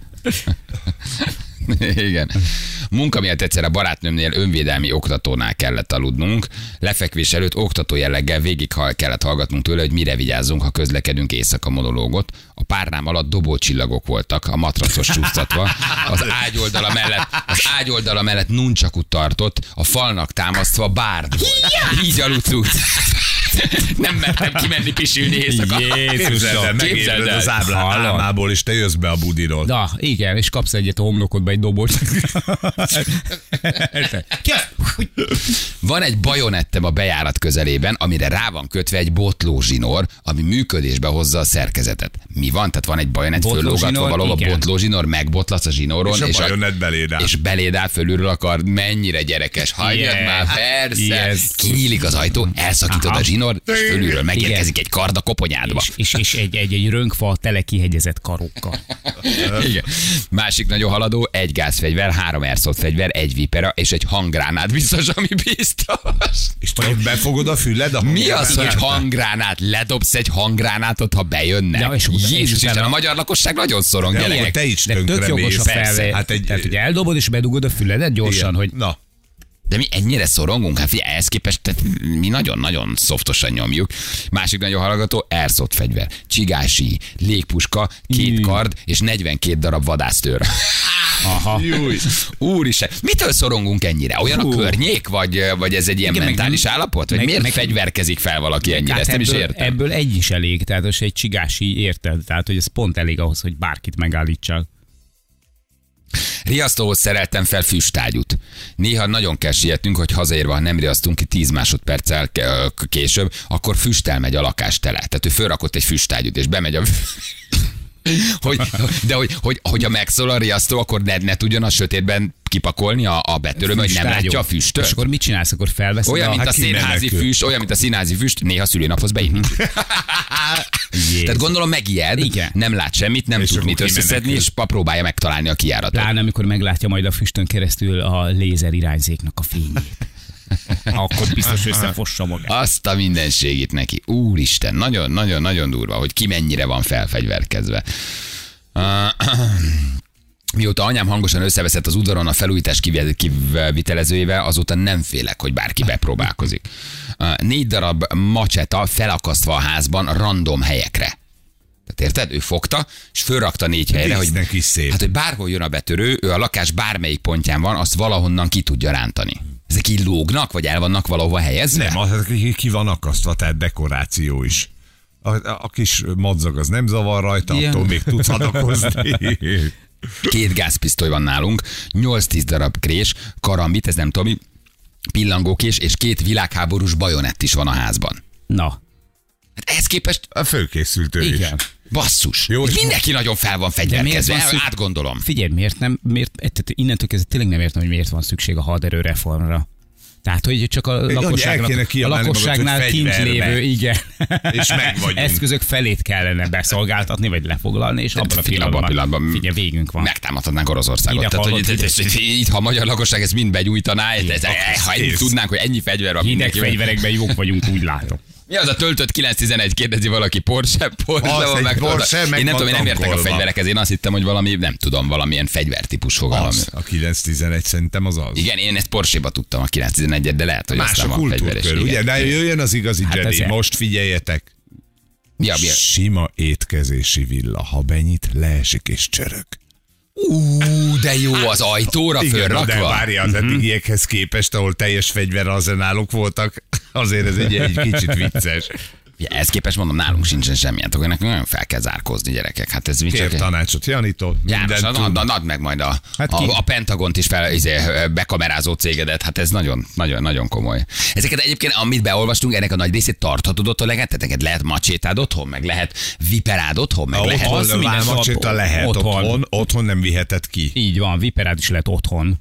Igen. Munka miatt egyszer a barátnőmnél önvédelmi oktatónál kellett aludnunk. Lefekvés előtt oktató jelleggel végig kellett hallgatnunk tőle, hogy mire vigyázzunk, ha közlekedünk éjszaka monológot. A párnám alatt dobócsillagok voltak, a matracos csúsztatva. Az ágyoldala mellett, az ágyoldala mellett nuncsakut tartott, a falnak támasztva bárd volt. Így aludtunk. Nem mertem kimenni pisilni éjszaka. Képzeld el, megébred az áblán álmából, és te jössz be a budiról. Na, igen, és kapsz egyet a homlokodba, egy dobot. Van egy bajonettem a bejárat közelében, amire rá van kötve egy botlózsinór, ami működésbe hozza a szerkezetet. Mi van? Tehát van egy bajonett föllógatva valahol a botlózsinór, megbotlasz a zsinóron, és a bajonett beléd áll. És beléd áll, fölülről akar, mennyire gyerekes. Hagyjad yeah. már, persze. Yes. Kinyílik az ajtó, elszakítod a zsinór, és fölülről megérkezik egy kard a koponyádba. És, és, és egy, egy, egy rönkfa tele kihegyezett karokkal. Igen. Másik nagyon haladó, egy gázfegyver, három airsoft fegyver, egy vipera és egy hanggránát biztos, ami biztos. És te befogod a füled? A Mi az, hogy hanggránát? Ledobsz egy hanggránátot, ha bejönnek? Ja, és Jézus Isten, a magyar lakosság nagyon szorong, gyerekek. Te is de tök jogos a felvé. Hát egy... Tehát, hogy eldobod és bedugod a füledet gyorsan, igen. Hogy... Na. De mi ennyire szorongunk? Hát figyelj, ehhez képest tehát mi nagyon-nagyon szoftosan nyomjuk. Másik nagyon hallgató, airsoft fegyver, csigási, légpuska, két mm. kard és negyvenkét darab vadásztőr. Aha. Úristen, mitől szorongunk ennyire? Olyan Hú. a környék, vagy, vagy ez egy ilyen igen, mentális meg, állapot? Vagy meg, miért meg, fegyverkezik fel valaki ennyire? Ezt nem ebből, is értem. Ebből egy is elég, tehát az egy csigási érted, tehát hogy ez pont elég ahhoz, hogy bárkit megállítsál. Riasztóhoz szereltem fel füstágyút. Néha nagyon kell sietnünk, hogy hazaérve, ha nem riasztunk ki tíz másodperccel később, akkor füsttel megy a lakás tele. Tehát ő fölrakott egy füstágyút, és bemegy a... hogy, de hogy, hogy, hogy ha megszól a riasztó, akkor ne, ne tudjon a sötétben kipakolni a, a betörőbe, hogy nem látja a füstöt. És akkor mit csinálsz? Akkor felveszed olyan, a... mint a színházi füst, olyan, mint a színházi füst, néha szülőnaphoz beírni. Tehát gondolom megijed, igen. Nem lát semmit, nem és tud mit összeszedni, és próbálja megtalálni a kijáratot. Pláne, amikor meglátja majd a füstön keresztül a lézer irányzéknak a fényét. Akkor biztos összefossa magát. Azt a mindenségét neki. Úristen, nagyon-nagyon-nagyon durva, hogy ki mennyire van felfegyverkezve. Mióta anyám hangosan összeveszett az udvaron a felújítás kivitelezőjével, azóta nem félek, hogy bárki bepróbálkozik. Négy darab macseta felakasztva a házban random helyekre. Tehát érted? Ő fogta, és fölrakta négy helyre, hogy, Dísznek is szép. hát, hogy bárhol jön a betörő, ő a lakás bármelyik pontján van, azt valahonnan ki tudja rántani. Ezek így lógnak, vagy el vannak valahova helyezve? Nem, az ki, ki van akasztva, tehát dekoráció is. A, a kis madzag az nem zavar rajta, Ja. attól még tudsz adakozni. Két gázpisztoly van nálunk, nyolc-tíz darab krés, karambit, ez nem tudom mi, pillangókés, és két világháborús bajonett is van a házban. Na, Hát ehhez képest A fölkészült ő is. igen. basszus. Jó, és Mindenki nagyon fel van fegyverkezve, van szük- átgondolom. Figyelj, miért nem, miért, tehát innentől kezdve tényleg nem értem, hogy miért van szükség a haderő reformra. Tehát, hogy csak a el kéne lakosságnak, a kiabálni lakosságnál magad, hogy kint fegyverbe. lévő, igen, És meg vagyunk. eszközök felét kellene beszolgáltatni, vagy lefoglalni, és abban a Figyelj, abban a pillanatban, pillanatban figyelj, végünk van. megtámadhatnánk Oroszországot. Ide Tehát, hogy hallott, itt, itt, itt, ha a magyar lakosság ezt mind begyújtaná, ez, ha ennyit kész. tudnánk, hogy ennyi fegyver van Hideg mindenki. fegyverekben jók vagyunk, úgy látom. Mi az a töltött kilenc tizenegy, kérdezi valaki, Porsche, Porsche Az van egy meg. Porsche, meg én nem van tudom, én nem értek a tankolva. fegyverekhez, én azt hittem, hogy valami, nem tudom, valamilyen fegyvertípus fogalom. Az, a kilenc tizenegy szerintem az az. Igen, én ezt Porsche-ba tudtam a kilenc tizenegyet, de lehet, hogy Más aztán a van fegyveres. kultúrkör, ugye? Igen. De jöjjön az igazi Hát Jedi. ezért. Most figyeljetek. Ja, mi a- Sima étkezési villa. Ha benyit, leesik és csörög. Ú, de jó az ajtóra Igen, de fölrakva. várja az eddigiekhez képest, ahol teljes fegyverarzenálok voltak, azért ez egy, egy kicsit vicces. Ja, ehhez képest mondom, nálunk sincsen semmilyen, akkor nekünk nagyon fel kell zárkózni, gyerekek. Hát ez mi Kér csak... tanácsot Janitól. János, mindent add, tud. add, add meg majd a, Hát ki? a, a Pentagont is fel, izé, bekamerázó cégedet, hát ez nagyon, nagyon, nagyon komoly. Ezeket egyébként, amit beolvastunk, ennek a nagy részét tarthatod otthon, lehet, neked lehet macsétád otthon, meg lehet viperád otthon, meg Ha lehet... otthon az minden válmacséta szab- lehet otthon. otthon, otthon nem viheted ki. Így van, viperád is lehet otthon.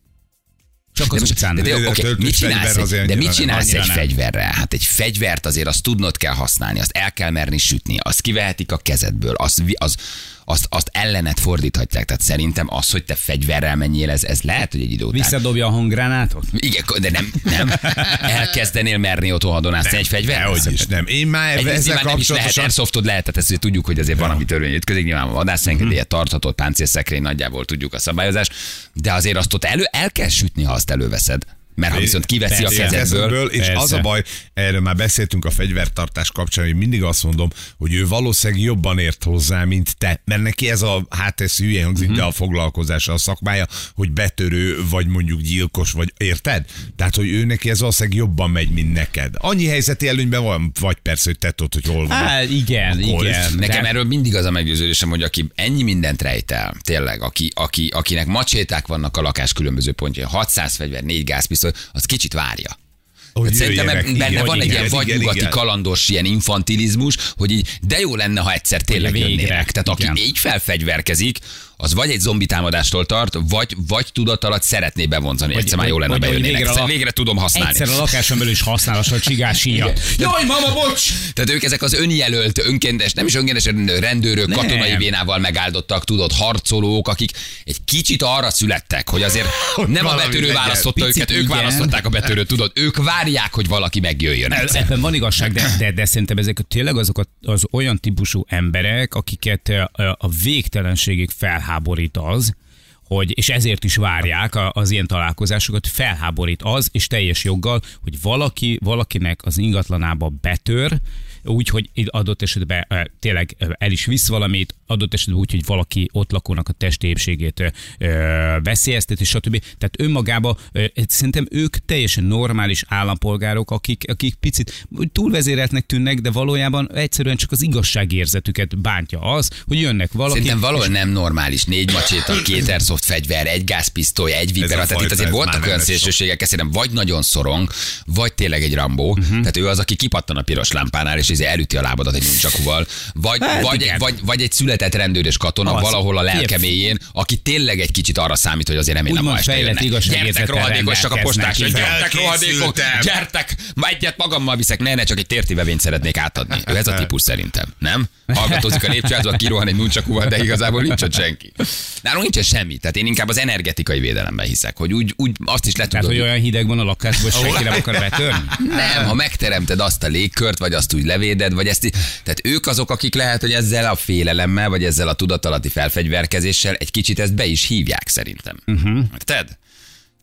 Csak az De, most, utcán. de, de, De oké, töltős mit csinálsz, fegyver egy, azért de mit annyira nem. csinálsz egy Annyira nem. fegyverrel? Hát egy fegyvert azért azt tudnod kell használni, azt el kell merni sütni, azt kivehetik a kezedből, azt, vi- az, azt, azt ellenet fordíthatják. Tehát szerintem az, hogy te fegyverrel menjél, ez, ez lehet, hogy egy idő után. Visszadobja a hangránátot? Igen, de nem, nem. Elkezdenél merni otthon hadonászni egy fegyverrel? Dehogy is nem. Én már Egyrészt ezzel nyilván nem is lehet, kapcsolatosan... airsoftod lehet, tehát ezt tudjuk, hogy azért van, ami törvény ütközik, nyilván a vadászengedélyet tarthatod, páncélszekrény, nagyjából tudjuk a szabályozást, de azért azt ott elő, el kell sütni, ha azt előveszed. Mert ha viszont kiveszi a Persze, kezedből, és Persze. az a baj, erről már beszéltünk a fegyvertartás kapcsán, hogy mindig azt mondom, hogy ő valószínűleg jobban ért hozzá, mint te. Mert neki ez a, hát ez hülye hangzik, de a foglalkozása, a szakmája, hogy betörő, vagy mondjuk gyilkos, vagy érted? Tehát, hogy ő neki ez valószínűleg jobban megy, mint neked. Annyi helyzeti előnyben van, vagy persze, hogy te tudod, hogy hol van. Hát igen, Akkor igen. nekem de- erről mindig az a meggyőződésem, hogy aki ennyi mindent rejt el, tényleg, aki, aki, akinek macséták vannak a lakás különböző pontjain, hatszáz fegyver, négy gázpisztoly, az kicsit várja. Hogy Tehát szerintem jöjjenek, benne igen, van igen, egy ilyen igen, vagy igen, nyugati igen. kalandos ilyen infantilizmus, hogy így, de jó lenne, ha egyszer tényleg Hogy végre, jönnének. Tehát aki igen. így felfegyverkezik, az vagy egy zombi támadástól tart, vagy, vagy tudat alatt szeretné bevonzani. Vagy- Egyszer már jó lenne, vagy- ha vagy bejönnének. végre Végre, a- végre tudom használni. Egyszer a lakáson belül is használassa a csigás híjat. Jaj, mama, bocs! Tehát ők ezek az önjelölt, önkéntes, nem is önkéntes rendőrök, Nem. katonai vénával megáldottak, tudott harcolók, akik egy kicsit arra születtek, hogy azért nem a valami betörő legyen. választotta Picit őket, ők igen. választották a betörőt, tudod, ők várják, hogy valaki megjöjjön. egyszer. Ebben van igazság, de, de, de szerintem ezek tényleg azok a, az olyan típusú emberek, akiket a, a végtelenségig felháborít az, hogy, és ezért is várják a- az ilyen találkozásokat, felháborít az, és teljes joggal, hogy valaki, valakinek az ingatlanába betör, úgy, hogy itt adott esetben e, tényleg e, el is visz valamit, adott esetben úgy, hogy valaki ott lakónak a testi épségét e, veszélyezteti, stb. Tehát önmagában e, szerintem ők teljesen normális állampolgárok, akik, akik picit túlvezéreltnek tűnnek, de valójában egyszerűen csak az igazságérzetüket bántja az, hogy jönnek valaki. Szerintem valahol nem normális. Négy macséta, két airsoft fegyver, egy gázpisztoly, egy Ez vipera. a Tehát itt fajta, azért ez voltak már olyan nem lesz szélsőségek, szerintem vagy nagyon szorong, vagy tényleg egy Rambó. Mhm. Uh-huh. Tehát ő az, aki kipattan a piros lámpánál, és ezért elüti a lábadat egy nuncsakúval. Vagy, Hát vagy, igen. vagy, vagy, egy született rendőr és katona Az. valahol a lelke Ilyen- mélyén, aki tényleg egy kicsit arra számít, hogy azért remélem ma Úgymond este fejlett jönnek. Gyertek igazságérzettel rohadékosak a rendelkeznek. postások, gyertek rohadékok, Felkészültem. gyertek, ma egyet magammal viszek, ne, ne, csak egy tértivevényt szeretnék átadni. Ő ez a típus szerintem, nem? Hallgatózik a lépcsőházban, kirohan egy nuncsakúval, de igazából nincs ott senki. Nálunk nincsen semmi, tehát én inkább az energetikai védelemben hiszek, hogy úgy, úgy azt is le Tehát, tudod. hogy olyan hideg van a lakásban, hogy senki nem akar betörni? Nem, ha megteremted azt a légkört, vagy azt úgy levéded, vagy ezt, tehát ők azok, akik lehet, hogy ezzel a félelemmel, vagy ezzel a tudatalatti felfegyverkezéssel egy kicsit ezt be is hívják szerintem. Uh-huh. Érted?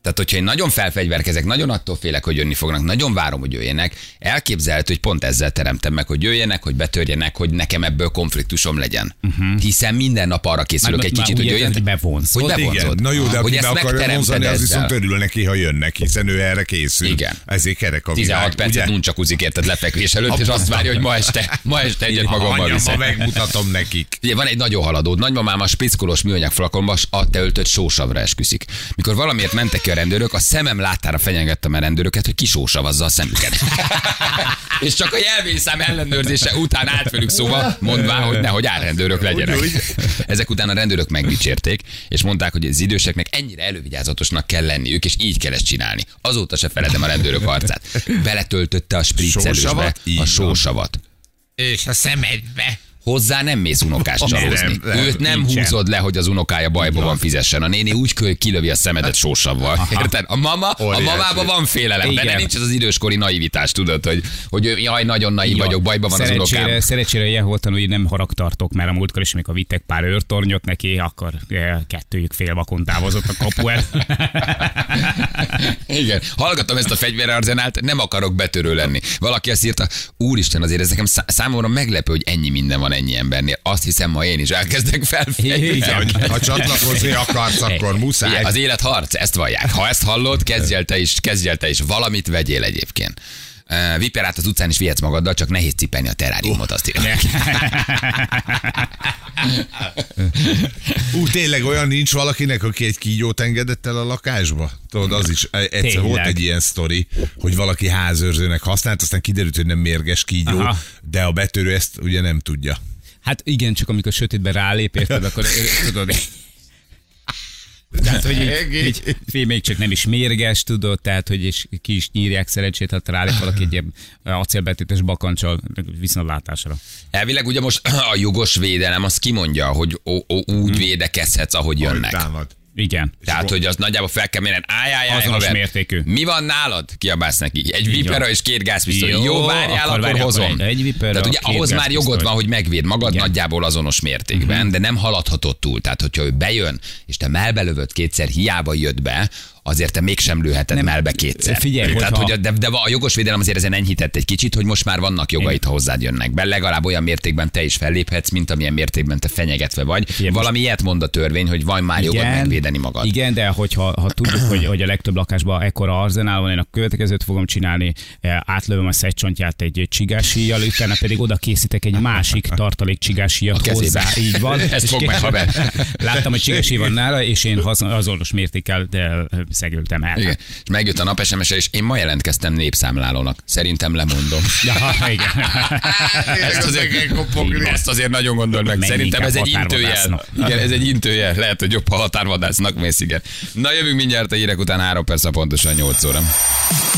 Tehát, hogyha én nagyon felfegyverkezek, nagyon attól félek, hogy jönni fognak, nagyon várom, hogy jöjjenek, elképzelhető, hogy pont ezzel teremtem meg, hogy jöjjenek, hogy betörjenek, hogy nekem ebből konfliktusom legyen. Uh-huh. Hiszen minden nap arra készülök egy kicsit, hogy jöjjenek. Hogy bevonsz. Hogy bevonzod. Na jó, de hogy aki ezt be akarja megteremted vonzani, az ezzel. viszont örül neki, ha jönnek, hiszen ő erre készül. Igen. Ezért kerek a világ. tizenhat percet nuncsakuzik érted lefekvés előtt, és azt várja, hogy ma este, ma este egyet magammal Anyám, viszek. ma megmutatom nekik. Ugye van egy nagyon haladód, nagymamám a spickolós műanyag flakonba a te öltött sósavra esküszik. Mikor valamiért mentek ki a rendőrök, a szemem láttára fenyegettem a rendőröket, hogy kisósavazza a szemüket. És csak a jelvényszám ellenőrzése után állt velük szóval, mondván, hogy nehogy álrendőrök legyenek. Ezek után a rendőrök megdicsérték, és mondták, hogy az időseknek ennyire elővigyázatosnak kell lenniük, és így kell ezt csinálni. Azóta se feledem a rendőrök arcát. Beletöltötte a spriccelősbe Sósavat? Így a van. sósavat. És a szemedbe. Hozzá nem mész unokást csalozni. Nem, nem, Őt nem nincsen. húzod le, hogy az unokája bajba van, fizessen. A néni úgy kö- kilövi a szemedet sósavval. Érted? A mama, a Óriási. mamában van félelem. Igen. Benne nincs az az időskori naivitás, tudod, hogy, hogy ő, jaj, nagyon naív vagyok, bajba van az szerencsére, unokám. Szerencsére ilyen voltam, hogy nem haragtartok, mert a múltkor is, amikor vittek pár őrtornyot neki, akkor eh, kettőjük félvakon távozott a kapu el. Igen. Hallgatom ezt a fegyverarzenált, nem akarok betörő lenni. Valaki azt írta, úristen, azért ez nekem szá- számomra meglepő, hogy ennyi minden van ennyi embernél. Azt hiszem, ma én is elkezdek felfejteni. Igen. Ha csatlakozni akarsz, akkor muszáj. Az élet harc, ezt vallják. Ha ezt hallod, kezdj el te is, kezdj el te is. Valamit vegyél egyébként. Uh, Viperát az utcán is vihetsz magaddal, csak nehéz cipelni a terráriumot, azt írja. Ú, tényleg olyan nincs valakinek, aki egy kígyót engedett el a lakásba? Tudod, az is egyszer Tényleg. volt egy ilyen sztori, hogy valaki házőrzőnek használt, aztán kiderült, hogy nem mérges kígyó, Aha. de a betörő ezt ugye nem tudja. Hát igen, csak amikor sötétben rálép, érted, akkor ö, tudod, tehát, hogy így, így fél, még csak nem is mérges, tudod, tehát, hogy is, ki is nyírják szerencsét, ha rálép valaki egy ilyen acélbetétes bakancsal viszontlátásra. Elvileg ugye most a jogos védelem az kimondja, hogy ó, ó, úgy védekezhetsz, ahogy jönnek. Támad. Igen. Tehát, hogy az nagyjából fel kell mérni. Álljál, Azonos mértékű. Mi van nálad? Kiabálsz neki. Egy vipera és két gázpisztoly. Jó, Jó, várjál, akkor akkor, várj, hozom. akkor egy- egy vipera, Tehát ugye két ahhoz már gázpisztoly. jogod van, hogy megvéd magad Igen. nagyjából azonos mértékben, uh-huh. de nem haladhatod túl. Tehát, hogyha ő bejön, és te melbelövöd kétszer, hiába jött be, azért te mégsem lőheted Nem, melbe kétszer. figyelj, Tehát, hogyha- hogy a, de, de a jogos védelem azért ezen enyhített egy kicsit, hogy most már vannak jogait, ha hozzád jönnek be. Legalább olyan mértékben te is felléphetsz, mint amilyen mértékben te fenyegetve vagy. Figyelj, most- Valami ilyet mond a törvény, hogy van már jogod megvédeni magad. Igen, de hogyha ha tudjuk, hogy, hogy a legtöbb lakásban ekkora arzenál van, én a következőt fogom csinálni, eh, átlövöm a szegcsontját egy csigásíjjal, utána pedig oda készítek egy másik tartalék csigásíjat kezébe. hozzá, így van. Ezt És fog ké- meg, haver. Láttam, hogy csigásí van nála, és én haz- azonos mértékkel de eh, szegültem el. Igen. És megjött a nap es em es-e, és én ma jelentkeztem népszámlálónak. Szerintem lemondom. Ja, igen. Ezt azért, ezt azért nagyon gondold meg. Menj Szerintem ez inkább egy intőjel. határvadásznak. Igen, ez egy intőjel. Lehet, hogy jobb, ha határvadásznak mész, igen. Na jövünk mindjárt a hírek után három perc, pontosan nyolc óra.